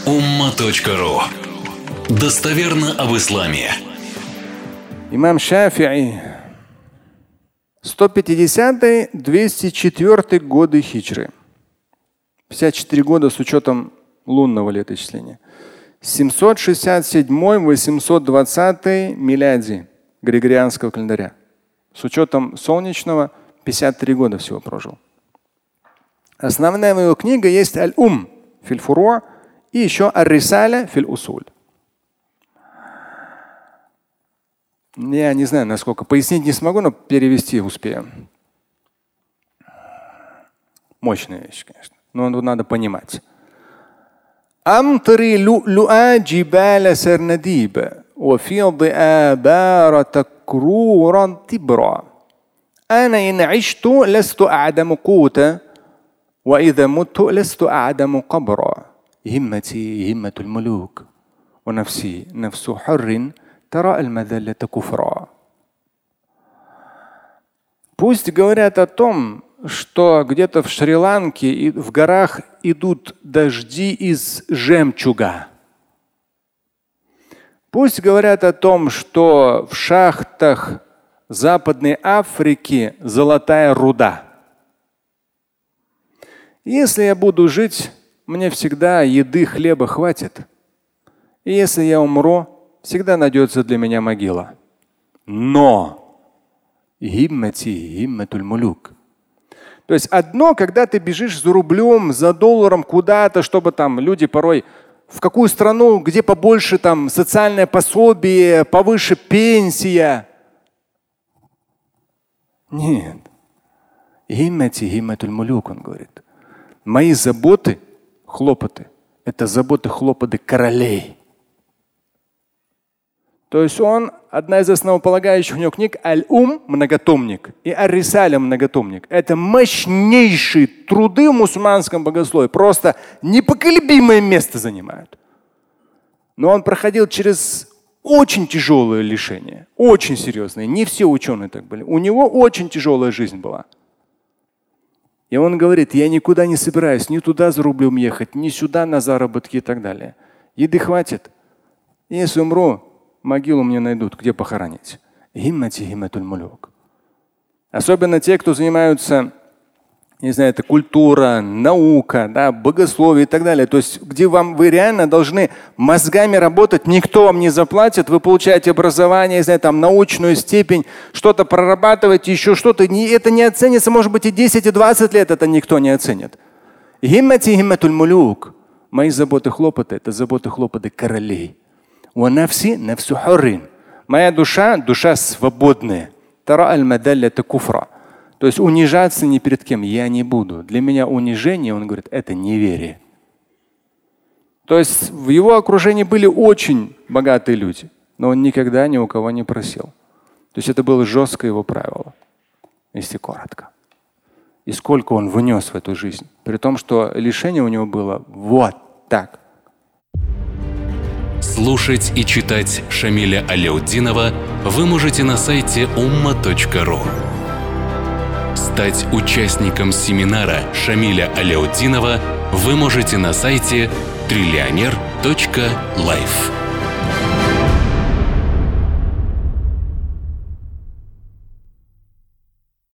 Umma.ru. Достоверно об исламе. Имам Шафи'и, 150-204 годы хиджры. 54 года с учетом лунного летоисчисления. 767-820 миляди григорианского календаря. С учетом солнечного 53 года всего прожил. Основная его книга есть Аль-Ум филь-Фуруа и еще Ар-Рисаля филь-Усуль. Я не знаю, насколько пояснить не смогу, но перевести успею. Мощная вещь, конечно. Но надо понимать. أمطري لؤلؤا جبال سرنديب وفيض آبار تكرورا تبرا أنا إن عشت لست أعدم قوتا وإذا مت لست أعدم قبرا همتي همة الملوك ونفسي نفس حر ترى المذلة كفرا. Пусть говорят о том, что где-то в Шри-Ланке и в горах идут дожди из жемчуга. Пусть говорят о том, что в шахтах Западной Африки золотая руда. Если я буду жить, мне всегда еды, хлеба хватит. И если я умру, всегда найдется для меня могила. Но химмати химматуль мулюк. То есть одно, когда ты бежишь за рублем, за долларом куда-то, чтобы там люди порой в какую страну, где побольше там социальное пособие, повыше пенсия. Нет. Химмати химматуль мулюк, он говорит. Мои заботы, хлопоты, это заботы, хлопоты королей. То есть он, одна из основополагающих у него книг, Аль-Ум, многотомник, и Ар-Рисаля, многотомник. Это мощнейшие труды в мусульманском богословии. Просто непоколебимое место занимают. Но он проходил через очень тяжелые лишения, очень серьезные. Не все ученые так были. У него очень тяжелая жизнь была. И он говорит, я никуда не собираюсь, ни туда за рублем ехать, ни сюда на заработки и так далее. Еды хватит. Если умру, могилу мне найдут, где похоронить. Химмати химматуль мулюк. Особенно те, кто занимаются, не знаю, это культура, наука, да, богословие и так далее. То есть, где вы реально должны мозгами работать, никто вам не заплатит, вы получаете образование, не знаю, там, научную степень, что-то прорабатываете, еще что-то. Это не оценится, может быть, и 10, и 20 лет это никто не оценит. Химмати химматуль мулюк. Мои заботы, хлопоты, это заботы, хлопоты королей. Моя душа, душа свободная. То есть унижаться ни перед кем я не буду. Для меня унижение, он говорит, это неверие. То есть в его окружении были очень богатые люди, но он никогда ни у кого не просил. То есть это было жесткое его правило, если коротко. И сколько он внес в эту жизнь. При том, что лишение у него было вот так. Слушать и читать Шамиля Аляутдинова вы можете на сайте umma.ru. Стать участником семинара Шамиля Аляутдинова вы можете на сайте trillioner.life.